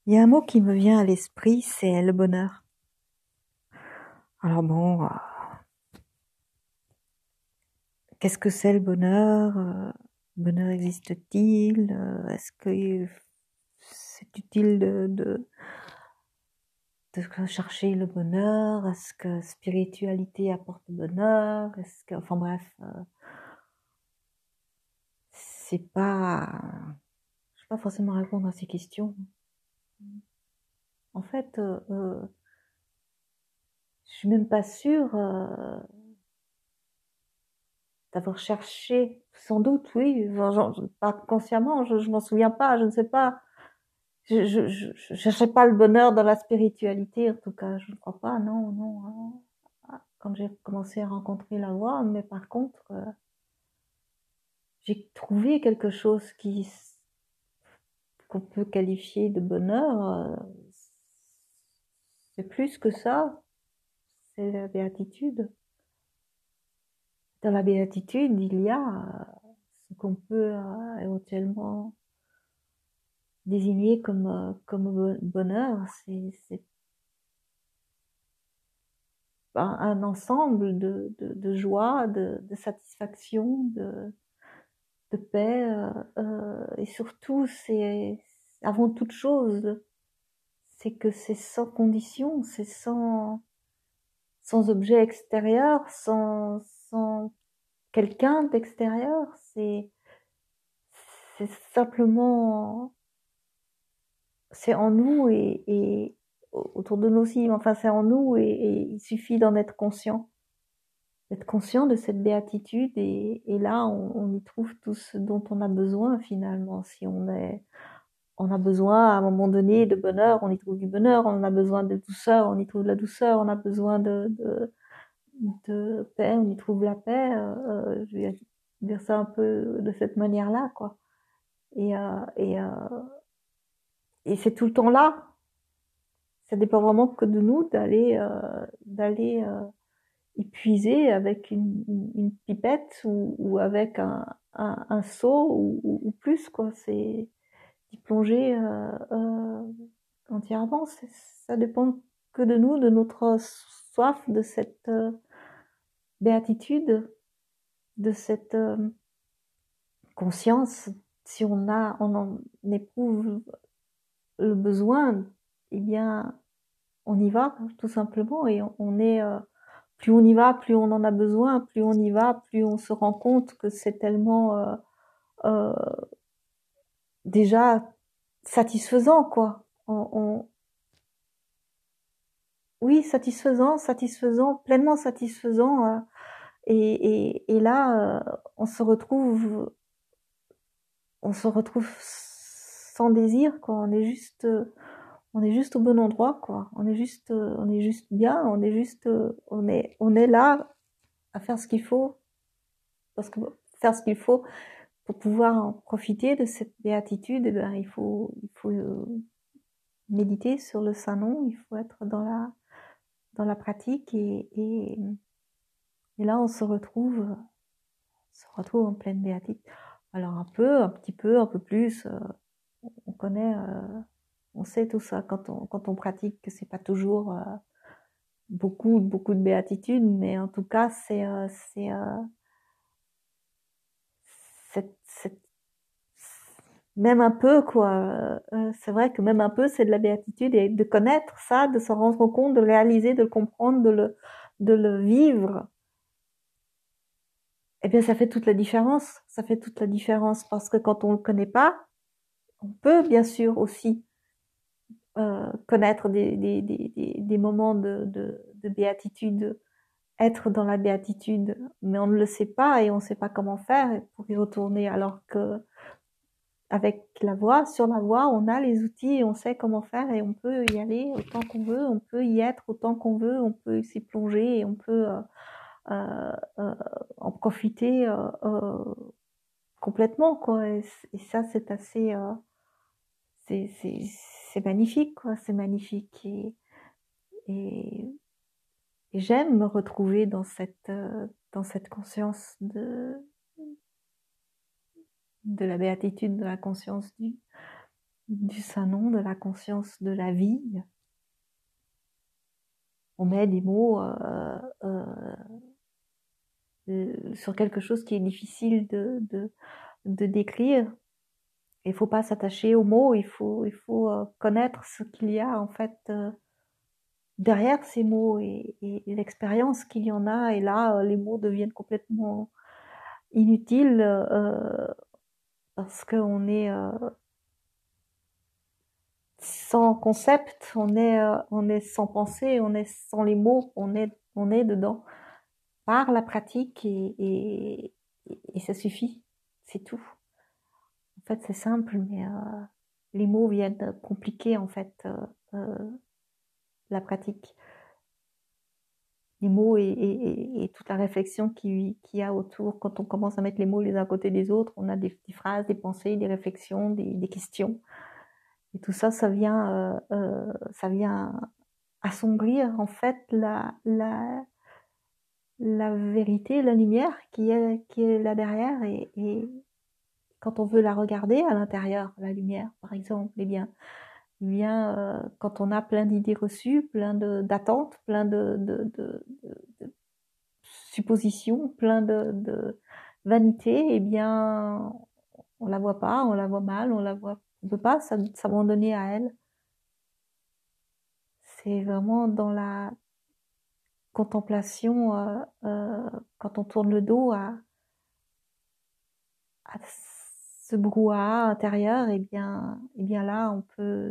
Il y a un mot qui me vient à l'esprit, c'est le bonheur. Alors bon, qu'est-ce que c'est le bonheur? Le bonheur existe-t-il? Est-ce que c'est utile de chercher le bonheur? Est-ce que spiritualité apporte le bonheur? Enfin bref, c'est pas, je sais pas forcément répondre à ces questions. En fait, je suis même pas sûre. D'avoir cherché, sans doute, oui, pas consciemment, je m'en souviens pas, je ne sais pas. Je cherchais pas le bonheur dans la spiritualité, en tout cas, je ne crois pas, non, non. Quand j'ai commencé à rencontrer la voie, mais par contre, j'ai trouvé quelque chose qu'on peut qualifier de bonheur. C'est plus que ça, c'est la béatitude. Dans la béatitude, il y a ce qu'on peut éventuellement désigné comme bonheur, c'est un ensemble de joie, de satisfaction, de paix, et surtout, c'est avant toute chose, c'est que c'est sans condition, c'est sans objet extérieur, sans quelqu'un d'extérieur, c'est simplement, c'est en nous et autour de nous aussi, enfin c'est en nous et il suffit d'en être conscient, d'être conscient de cette béatitude et là on y trouve tout ce dont on a besoin finalement. Si on a besoin à un moment donné de bonheur, on y trouve du bonheur, on a besoin de douceur, on y trouve de la douceur, on a besoin de paix, on y trouve la paix. Je vais dire ça un peu de cette manière-là, quoi. Et, euh, et, euh, et c'est tout le temps là. Ça dépend vraiment que de nous d'aller épuiser avec une pipette ou avec un seau ou plus quoi. C'est d'y plonger entièrement. Ça dépend que de nous, de notre soif, de cette béatitude, de cette conscience. Si on en éprouve le besoin, eh bien, on y va tout simplement et on est plus on y va, plus on en a besoin, plus on y va, plus on se rend compte que c'est tellement euh, déjà satisfaisant quoi. Oui, satisfaisant, pleinement satisfaisant et là on se retrouve sans désir quoi. On est juste au bon endroit quoi. On est juste bien, on est là à faire ce qu'il faut parce que faire ce qu'il faut pour pouvoir en profiter de cette béatitude, eh ben, il faut méditer sur le Saint-Nom, il faut être dans la pratique et là on se retrouve en pleine béatitude. Alors un petit peu, un peu plus, on connaît, on sait tout ça quand on pratique que c'est pas toujours beaucoup de béatitude, mais en tout cas c'est même un peu quoi. C'est vrai que même un peu c'est de la béatitude et de connaître ça, de s'en rendre compte, de le réaliser, de le comprendre, de le vivre. Eh bien ça fait toute la différence. Ça fait toute la différence parce que quand on le connaît pas, on peut bien sûr aussi connaître des moments de béatitude, être dans la béatitude, mais on ne le sait pas et on ne sait pas comment faire pour y retourner alors que avec la voix, sur la voix, on a les outils et on sait comment faire et on peut y aller autant qu'on veut, on peut y être autant qu'on veut, on peut s'y plonger et on peut euh, euh, en profiter complètement quoi. Et ça c'est assez, c'est magnifique quoi, c'est magnifique et, et j'aime me retrouver dans cette conscience de la béatitude, de la conscience du Saint-Nom, de la conscience de la vie. On met des mots sur quelque chose qui est difficile de décrire. Il faut pas s'attacher aux mots, il faut connaître ce qu'il y a en fait derrière ces mots et l'expérience qu'il y en a. Et là, les mots deviennent complètement inutiles parce qu'on est sans concept, on est sans pensée, on est sans les mots, on est dedans par la pratique et ça suffit, c'est tout. En fait, c'est simple, mais les mots viennent compliquer en fait la pratique. Les mots et toute la réflexion qu'il y a autour. Quand on commence à mettre les mots les uns à côté des autres, on a des phrases, des pensées, des réflexions, des questions. Et tout ça, ça vient assombrir en fait la vérité, la lumière qui est là derrière. Et quand on veut la regarder à l'intérieur, la lumière, par exemple, eh bien quand on a plein d'idées reçues, plein d'attentes, plein de suppositions, plein de vanité, eh bien, on la voit pas, on la voit mal, on peut pas s'abandonner à elle. C'est vraiment dans la contemplation, quand on tourne le dos à ce brouhaha intérieur, et bien là, on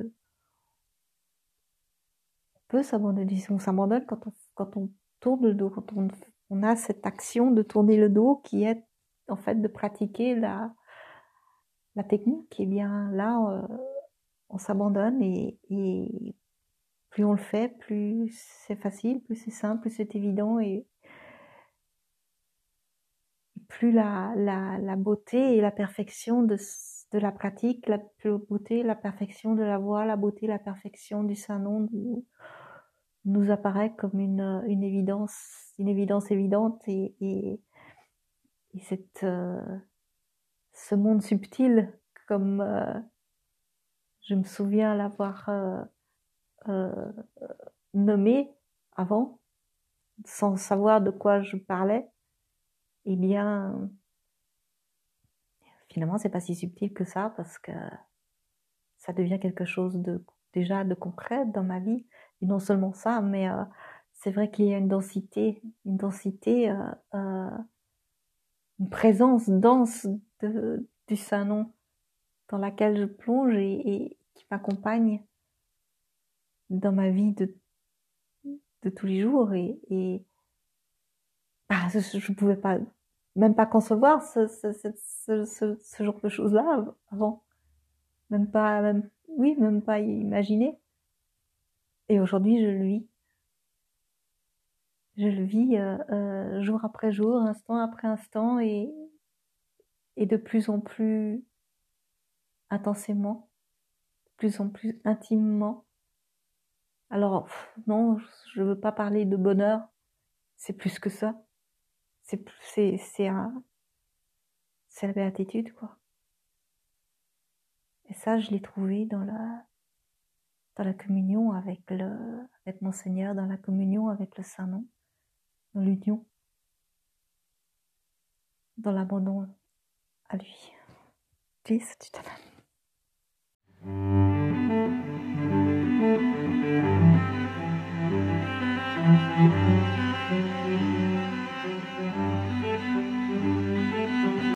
peut s'abandonner. On s'abandonne quand on tourne le dos, quand on a cette action de tourner le dos qui est en fait de pratiquer la technique. Et bien là, on s'abandonne et plus on le fait, plus c'est facile, plus c'est simple, plus c'est évident et plus la beauté et la perfection de la pratique, la beauté, la perfection de la voix, la beauté, la perfection du Saint-Nom nous apparaît comme une évidence évidente et ce monde subtil, comme je me souviens l'avoir nommé avant, sans savoir de quoi je parlais, eh bien, finalement, c'est pas si subtil que ça parce que ça devient quelque chose déjà de concret dans ma vie. Et non seulement ça, mais c'est vrai qu'il y a une densité, une présence dense du Saint-Nom dans laquelle je plonge et qui m'accompagne dans ma vie de tous les jours. Je pouvais pas, même pas concevoir ce genre de choses-là avant. Même pas imaginer. Et aujourd'hui, je le vis. Je le vis jour après jour, instant après instant et de plus en plus intensément, de plus en plus intimement. Alors, non, je veux pas parler de bonheur, c'est plus que ça. C'est la béatitude, quoi. Et ça, je l'ai trouvé dans la communion avec mon Seigneur, dans la communion avec le Saint-Nom, dans l'union, dans l'abandon à lui. Peace, Thank you.